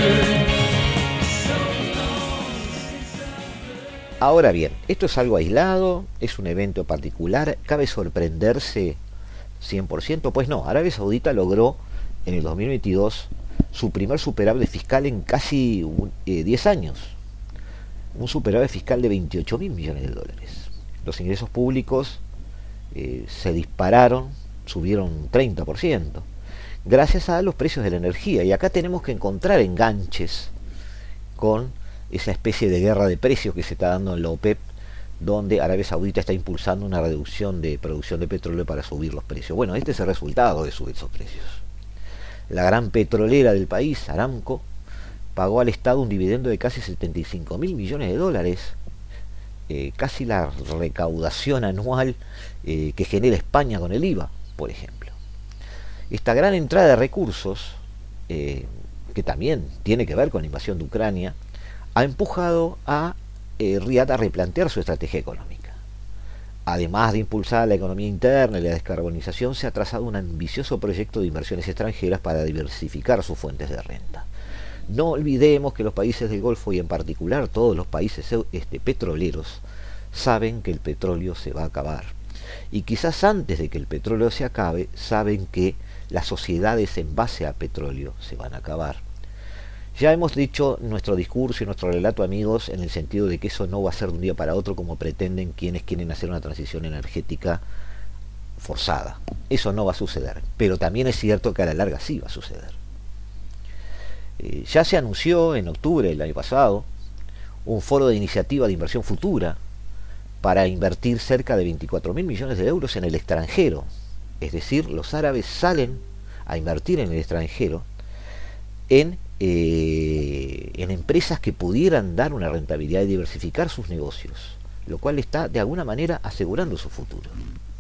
Ahora bien, esto es algo aislado, es un evento particular, ¿cabe sorprenderse cien por ciento? Pues no, Arabia Saudita logró en el dos mil veintidós su primer superávit fiscal en casi eh, diez años, un superávit fiscal de veintiocho mil millones de dólares. Los ingresos públicos eh, se dispararon, subieron treinta por ciento, gracias a los precios de la energía, y acá tenemos que encontrar enganches con esa especie de guerra de precios que se está dando en la OPEP, donde Arabia Saudita está impulsando una reducción de producción de petróleo para subir los precios. Bueno, este es el resultado de subir esos precios. La gran petrolera del país, Aramco, pagó al Estado un dividendo de casi setenta y cinco mil millones de dólares, eh, casi la recaudación anual eh, que genera España con el I V A, por ejemplo. Esta gran entrada de recursos, eh, que también tiene que ver con la invasión de Ucrania, ha empujado a eh, Riad a replantear su estrategia económica. Además de impulsar la economía interna y la descarbonización, se ha trazado un ambicioso proyecto de inversiones extranjeras para diversificar sus fuentes de renta. No olvidemos que los países del Golfo, y en particular todos los países este, petroleros, saben que el petróleo se va a acabar. Y quizás antes de que el petróleo se acabe, saben que las sociedades en base a petróleo se van a acabar. Ya hemos dicho nuestro discurso y nuestro relato, amigos, en el sentido de que eso no va a ser de un día para otro como pretenden quienes quieren hacer una transición energética forzada. Eso no va a suceder, pero también es cierto que a la larga sí va a suceder. Eh, ya se anunció en octubre del año pasado un foro de iniciativa de inversión futura para invertir cerca de veinticuatro mil millones de euros en el extranjero. Es decir, los árabes salen a invertir en el extranjero en Eh, en empresas que pudieran dar una rentabilidad y diversificar sus negocios, lo cual está de alguna manera asegurando su futuro.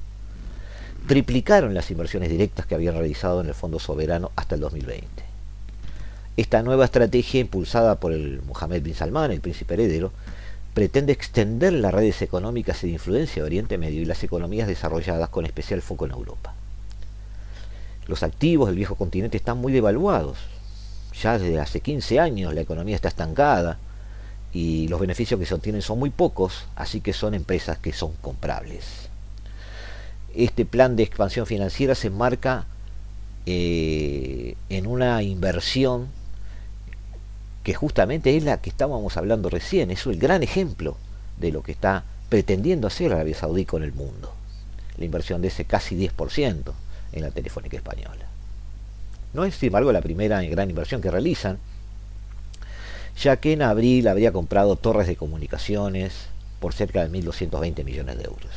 Triplicaron las inversiones directas que habían realizado en el Fondo Soberano hasta el dos mil veinte. Esta nueva estrategia, impulsada por el Mohammed bin Salman, el príncipe heredero, pretende extender las redes económicas y de influencia de Oriente Medio y las economías desarrolladas, con especial foco en Europa. Los activos del viejo continente están muy devaluados. Ya desde hace quince años la economía está estancada y los beneficios que se obtienen son muy pocos, así que son empresas que son comprables. Este plan de expansión financiera se enmarca eh, en una inversión que justamente es la que estábamos hablando recién. Es el gran ejemplo de lo que está pretendiendo hacer Arabia Saudí con el mundo. La inversión de ese casi diez por ciento en la Telefónica Española. No es, sin embargo, la primera gran inversión que realizan, ya que en abril habría comprado torres de comunicaciones por cerca de mil doscientos veinte millones de euros.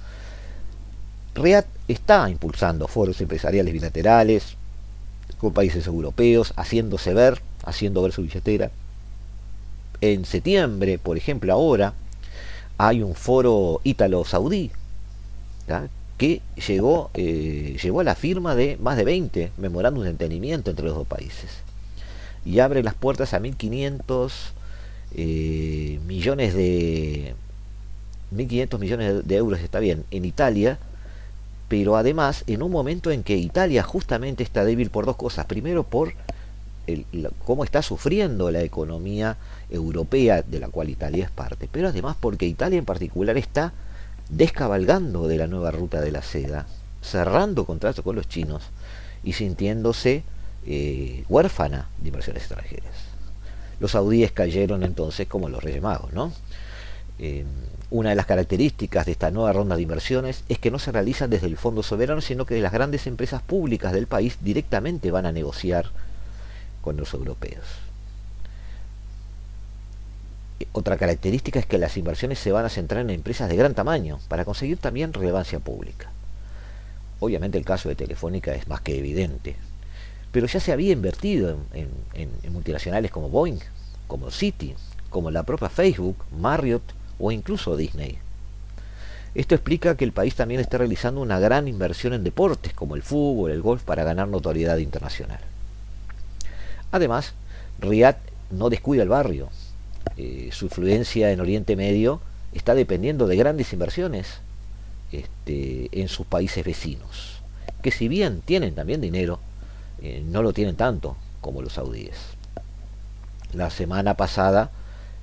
Riad está impulsando foros empresariales bilaterales con países europeos, haciéndose ver, haciendo ver su billetera. En septiembre, por ejemplo, ahora, hay un foro ítalo-saudí, ¿tá?, que llegó, eh, llegó a la firma de más de veinte memorándums de entendimiento entre los dos países. Y abre las puertas a mil quinientos eh, millones de... mil quinientos millones de euros, está bien, en Italia, pero además en un momento en que Italia justamente está débil por dos cosas. Primero, por el, la, cómo está sufriendo la economía europea de la cual Italia es parte, pero además porque Italia en particular está descabalgando de la nueva ruta de la seda, cerrando contratos con los chinos y sintiéndose eh, huérfana de inversiones extranjeras. Los saudíes cayeron entonces como los Reyes Magos, ¿no? Eh, una de las características de esta nueva ronda de inversiones es que no se realizan desde el Fondo Soberano, sino que las grandes empresas públicas del país directamente van a negociar con los europeos. Otra característica es que las inversiones se van a centrar en empresas de gran tamaño para conseguir también relevancia pública. Obviamente el caso de Telefónica es más que evidente, pero ya se había invertido en, en, en, en multinacionales como Boeing, como Citi, como la propia Facebook, Marriott o incluso Disney. Esto explica que el país también está realizando una gran inversión en deportes como el fútbol, el golf, para ganar notoriedad internacional. Además, Riad no descuida el barrio. Eh, su influencia en Oriente Medio está dependiendo de grandes inversiones este, en sus países vecinos, que si bien tienen también dinero, eh, no lo tienen tanto como los saudíes. La semana pasada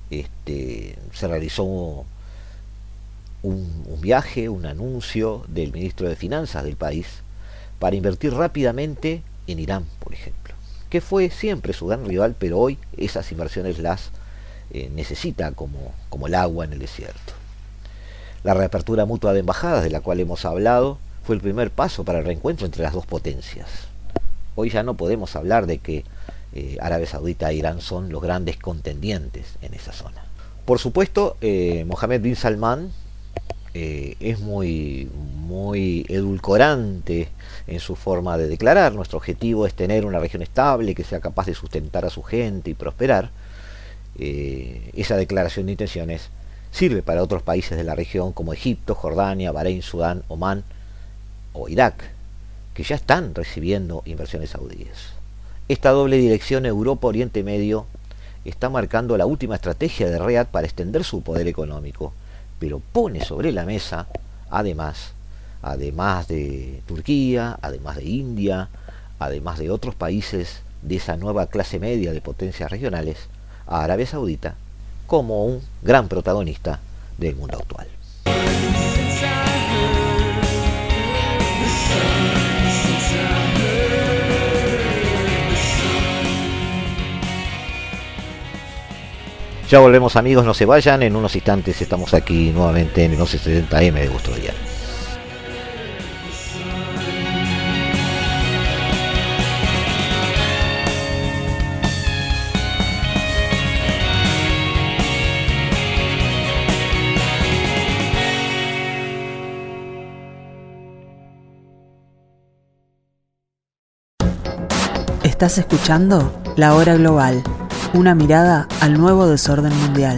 este, se realizó un, un viaje, un anuncio del ministro de Finanzas del país para invertir rápidamente en Irán, por ejemplo, que fue siempre su gran rival, pero hoy esas inversiones las eh, necesita como, como el agua en el desierto. La reapertura mutua de embajadas, de la cual hemos hablado, fue el primer paso para el reencuentro entre las dos potencias. Hoy ya no podemos hablar de que eh, Arabia Saudita e Irán son los grandes contendientes en esa zona. Por supuesto, eh, Mohammed bin Salman eh, es muy, muy edulcorante en su forma de declarar. Nuestro objetivo es tener una región estable que sea capaz de sustentar a su gente y prosperar. Eh, esa declaración de intenciones sirve para otros países de la región como Egipto, Jordania, Bahrein, Sudán, Omán o Irak, que ya están recibiendo inversiones saudíes. Esta doble dirección Europa-Oriente Medio está marcando la última estrategia de Riad para extender su poder económico, pero pone sobre la mesa, además, además de Turquía, además de India, además de otros países de esa nueva clase media de potencias regionales, a Arabia Saudita como un gran protagonista del mundo actual. Ya volvemos, amigos, no se vayan, en unos instantes estamos aquí nuevamente en el once setenta eme de Gusto Diario. Estás escuchando La Hora Global, una mirada al nuevo desorden mundial.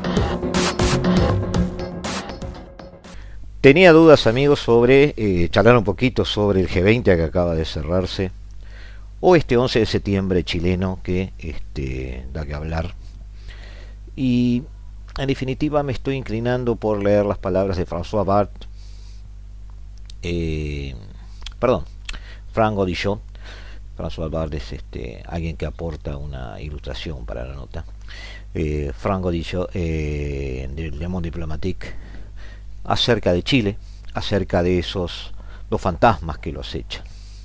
Tenía dudas, amigos, sobre eh, charlar un poquito sobre el G veinte que acaba de cerrarse, o este once de septiembre chileno que este, da que hablar. Y en definitiva me estoy inclinando por leer las palabras de François Bart, eh, perdón, Franck Godichot. François Bart es este, alguien que aporta una ilustración para la nota. Eh, Franck Godichot eh, de Le Monde Diplomatique, acerca de Chile, acerca de esos dos fantasmas que lo acechan.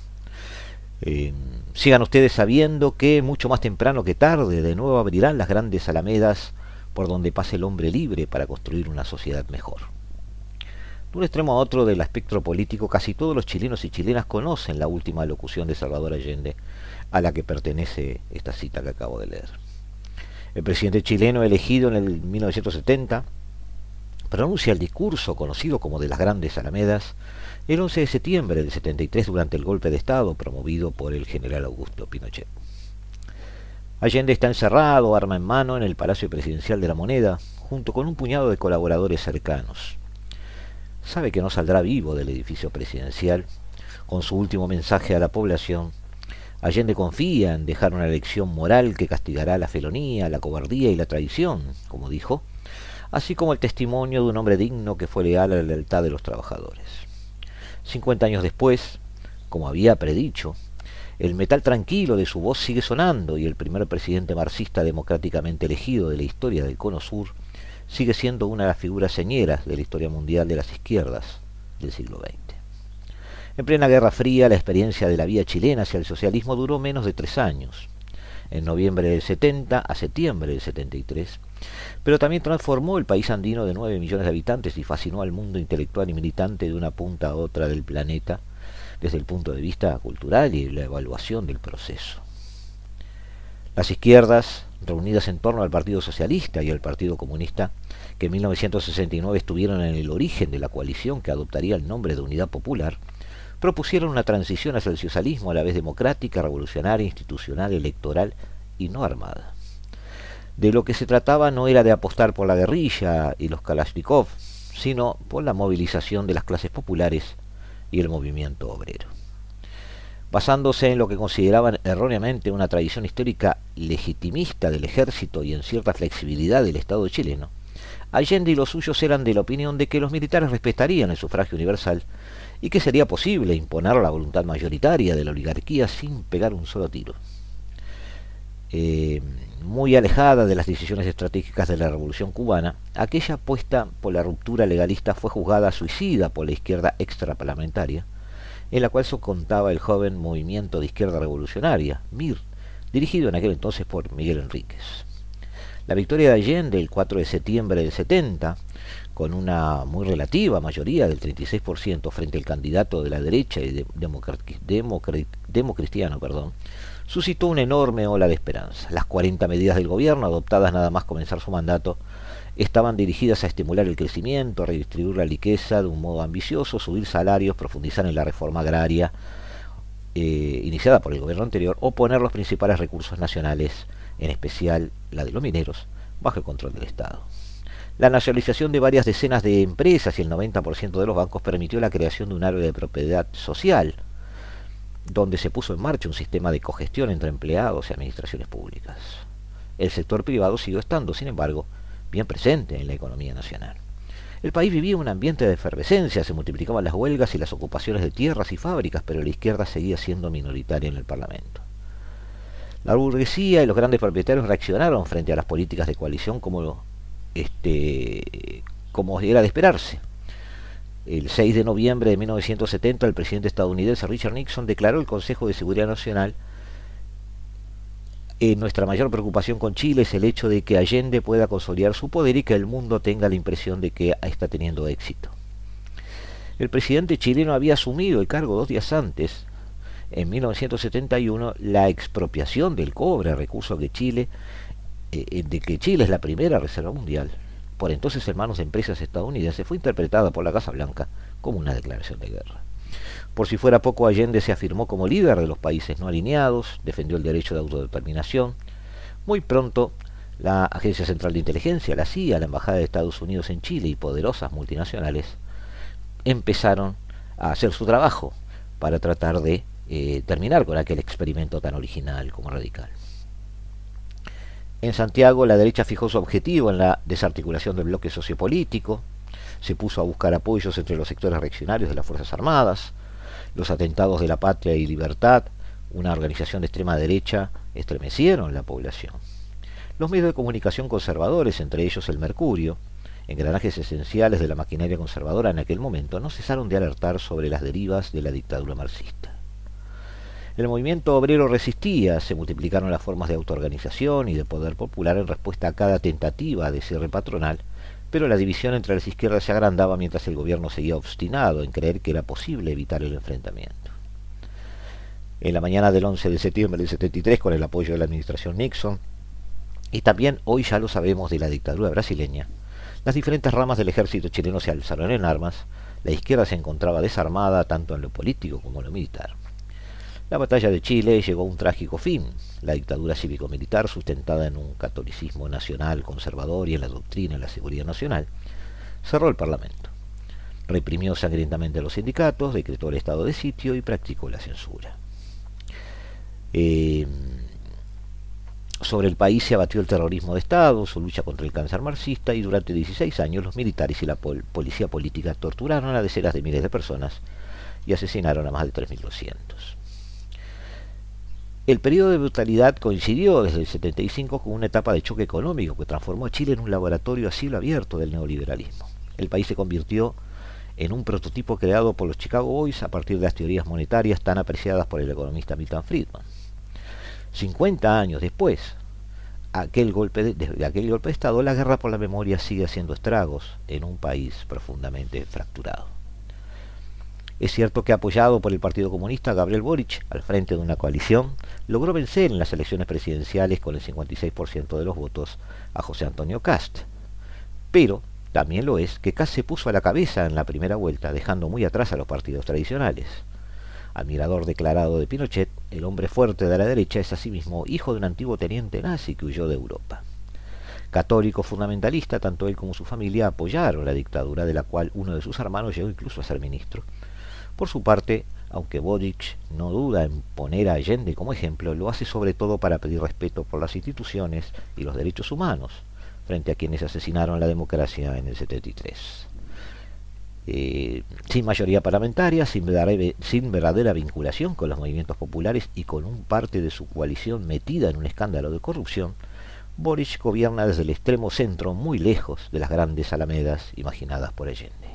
Eh, sigan ustedes sabiendo que mucho más temprano que tarde de nuevo abrirán las grandes alamedas por donde pase el hombre libre para construir una sociedad mejor. De un extremo a otro del espectro político, casi todos los chilenos y chilenas conocen la última locución de Salvador Allende, a la que pertenece esta cita que acabo de leer. El presidente chileno elegido en el mil novecientos setenta pronuncia el discurso conocido como de las grandes alamedas el once de septiembre del setenta y tres durante el golpe de Estado promovido por el general Augusto Pinochet. Allende está encerrado, arma en mano, en el Palacio Presidencial de la Moneda, junto con un puñado de colaboradores cercanos. Sabe que no saldrá vivo del edificio presidencial. Con su último mensaje a la población, Allende confía en dejar una lección moral que castigará la felonía, la cobardía y la traición, como dijo, así como el testimonio de un hombre digno que fue leal a la lealtad de los trabajadores. Cincuenta años después, como había predicho, el metal tranquilo de su voz sigue sonando y el primer presidente marxista democráticamente elegido de la historia del Cono Sur sigue siendo una de las figuras señeras de la historia mundial de las izquierdas del siglo veinte. En plena Guerra Fría, la experiencia de la vía chilena hacia el socialismo duró menos de tres años, en noviembre del setenta a septiembre del setenta y tres, pero también transformó el país andino de nueve millones de habitantes y fascinó al mundo intelectual y militante de una punta a otra del planeta desde el punto de vista cultural y la evaluación del proceso. Las izquierdas, reunidas en torno al Partido Socialista y al Partido Comunista, que en mil novecientos sesenta y nueve estuvieron en el origen de la coalición que adoptaría el nombre de Unidad Popular, propusieron una transición hacia el socialismo a la vez democrática, revolucionaria, institucional, electoral y no armada. De lo que se trataba no era de apostar por la guerrilla y los Kalashnikov, sino por la movilización de las clases populares y el movimiento obrero. Basándose en lo que consideraban erróneamente una tradición histórica legitimista del ejército y en cierta flexibilidad del Estado chileno, Allende y los suyos eran de la opinión de que los militares respetarían el sufragio universal y que sería posible imponer la voluntad mayoritaria de la oligarquía sin pegar un solo tiro. Eh, muy alejada de las decisiones estratégicas de la Revolución Cubana, aquella apuesta por la ruptura legalista fue juzgada suicida por la izquierda extraparlamentaria, en la cual se contaba el joven Movimiento de Izquierda Revolucionaria, M I R, dirigido en aquel entonces por Miguel Enríquez. La victoria de Allende el cuatro de septiembre del setenta, con una muy relativa mayoría del treinta y seis por ciento frente al candidato de la derecha y de, democristiano, perdón, suscitó una enorme ola de esperanza. Las cuarenta medidas del gobierno, adoptadas nada más comenzar su mandato, estaban dirigidas a estimular el crecimiento, a redistribuir la riqueza de un modo ambicioso, subir salarios, profundizar en la reforma agraria eh, iniciada por el gobierno anterior, o poner los principales recursos nacionales, en especial la de los mineros, bajo el control del Estado. La nacionalización de varias decenas de empresas y el noventa por ciento de los bancos permitió la creación de un área de propiedad social, donde se puso en marcha un sistema de cogestión entre empleados y administraciones públicas. El sector privado siguió estando, sin embargo, bien presente en la economía nacional. El país vivía un ambiente de efervescencia, se multiplicaban las huelgas y las ocupaciones de tierras y fábricas, pero la izquierda seguía siendo minoritaria en el Parlamento. La burguesía y los grandes propietarios reaccionaron frente a las políticas de coalición como, este, como era de esperarse. El seis de noviembre de mil novecientos setenta, el presidente estadounidense Richard Nixon declaró el Consejo de Seguridad Nacional: eh, nuestra mayor preocupación con Chile es el hecho de que Allende pueda consolidar su poder y que el mundo tenga la impresión de que está teniendo éxito. El presidente chileno había asumido el cargo dos días antes, en mil novecientos setenta y uno, la expropiación del cobre, recurso que Chile, eh, de que Chile es la primera reserva mundial, por entonces en manos de empresas estadounidenses, fue interpretada por la Casa Blanca como una declaración de guerra. Por si fuera poco, Allende se afirmó como líder de los países no alineados, defendió el derecho de autodeterminación. Muy pronto, la Agencia Central de Inteligencia, la C I A, la Embajada de Estados Unidos en Chile y poderosas multinacionales empezaron a hacer su trabajo para tratar de eh, terminar con aquel experimento tan original como radical. En Santiago, la derecha fijó su objetivo en la desarticulación del bloque sociopolítico, se puso a buscar apoyos entre los sectores reaccionarios de las Fuerzas Armadas. Los atentados de la Patria y Libertad, una organización de extrema derecha, estremecieron la población. Los medios de comunicación conservadores, entre ellos el Mercurio, engranajes esenciales de la maquinaria conservadora en aquel momento, no cesaron de alertar sobre las derivas de la dictadura marxista. El movimiento obrero resistía, se multiplicaron las formas de autoorganización y de poder popular en respuesta a cada tentativa de cierre patronal, pero la división entre las izquierdas se agrandaba mientras el gobierno seguía obstinado en creer que era posible evitar el enfrentamiento. En la mañana del once de septiembre del setenta y tres, con el apoyo de la administración Nixon, y también hoy ya lo sabemos de la dictadura brasileña, las diferentes ramas del ejército chileno se alzaron en armas, la izquierda se encontraba desarmada tanto en lo político como en lo militar. La batalla de Chile llegó a un trágico fin. La dictadura cívico-militar, sustentada en un catolicismo nacional conservador y en la doctrina de la seguridad nacional, cerró el Parlamento, reprimió sangrientamente a los sindicatos, decretó el estado de sitio y practicó la censura. Eh, sobre el país se abatió el terrorismo de Estado, su lucha contra el cáncer marxista, y durante dieciséis años los militares y la pol policía política torturaron a decenas de miles de personas y asesinaron a más de tres mil doscientos. El periodo de brutalidad coincidió desde el setenta y cinco con una etapa de choque económico que transformó a Chile en un laboratorio a cielo abierto del neoliberalismo. El país se convirtió en un prototipo creado por los Chicago Boys a partir de las teorías monetarias tan apreciadas por el economista Milton Friedman. cincuenta años después aquel golpe de, de aquel golpe de Estado, la guerra por la memoria sigue haciendo estragos en un país profundamente fracturado. Es cierto que, apoyado por el Partido Comunista, Gabriel Boric, al frente de una coalición, logró vencer en las elecciones presidenciales con el cincuenta y seis por ciento de los votos a José Antonio Kast. Pero también lo es que Kast se puso a la cabeza en la primera vuelta, dejando muy atrás a los partidos tradicionales. Admirador declarado de Pinochet, el hombre fuerte de la derecha es asimismo hijo de un antiguo teniente nazi que huyó de Europa. Católico fundamentalista, tanto él como su familia apoyaron la dictadura, de la cual uno de sus hermanos llegó incluso a ser ministro. Por su parte, aunque Boric no duda en poner a Allende como ejemplo, lo hace sobre todo para pedir respeto por las instituciones y los derechos humanos, frente a quienes asesinaron la democracia en el setenta y tres. Eh, sin mayoría parlamentaria, sin verdadera, sin verdadera vinculación con los movimientos populares y con un parte de su coalición metida en un escándalo de corrupción, Boric gobierna desde el extremo centro, muy lejos de las grandes alamedas imaginadas por Allende.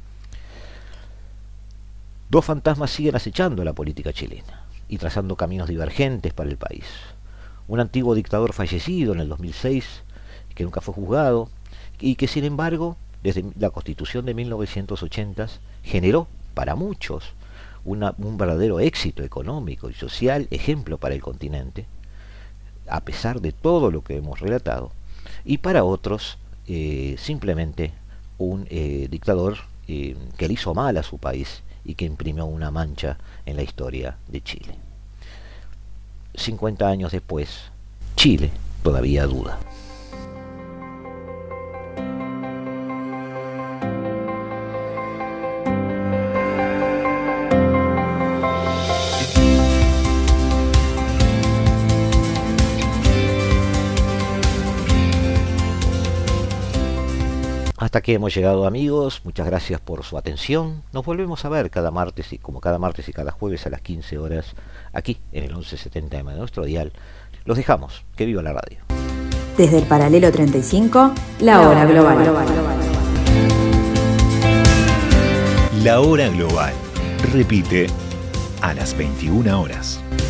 Dos fantasmas siguen acechando la política chilena y trazando caminos divergentes para el país. Un antiguo dictador fallecido en el dos mil seis, que nunca fue juzgado, y que sin embargo, desde la Constitución de mil novecientos ochenta, generó para muchos una, un verdadero éxito económico y social, ejemplo para el continente, a pesar de todo lo que hemos relatado, y para otros eh, simplemente un eh, dictador eh, que le hizo mal a su país y que imprimió una mancha en la historia de Chile. cincuenta años después, Chile todavía duda. Hasta aquí hemos llegado, amigos. Muchas gracias por su atención. Nos volvemos a ver cada martes, y como cada martes y cada jueves a las quince horas, aquí en el once setenta eme de nuestro dial. Los dejamos. Que viva la radio. Desde el paralelo treinta y cinco, la hora global. La hora global. Repite a las veintiuna horas.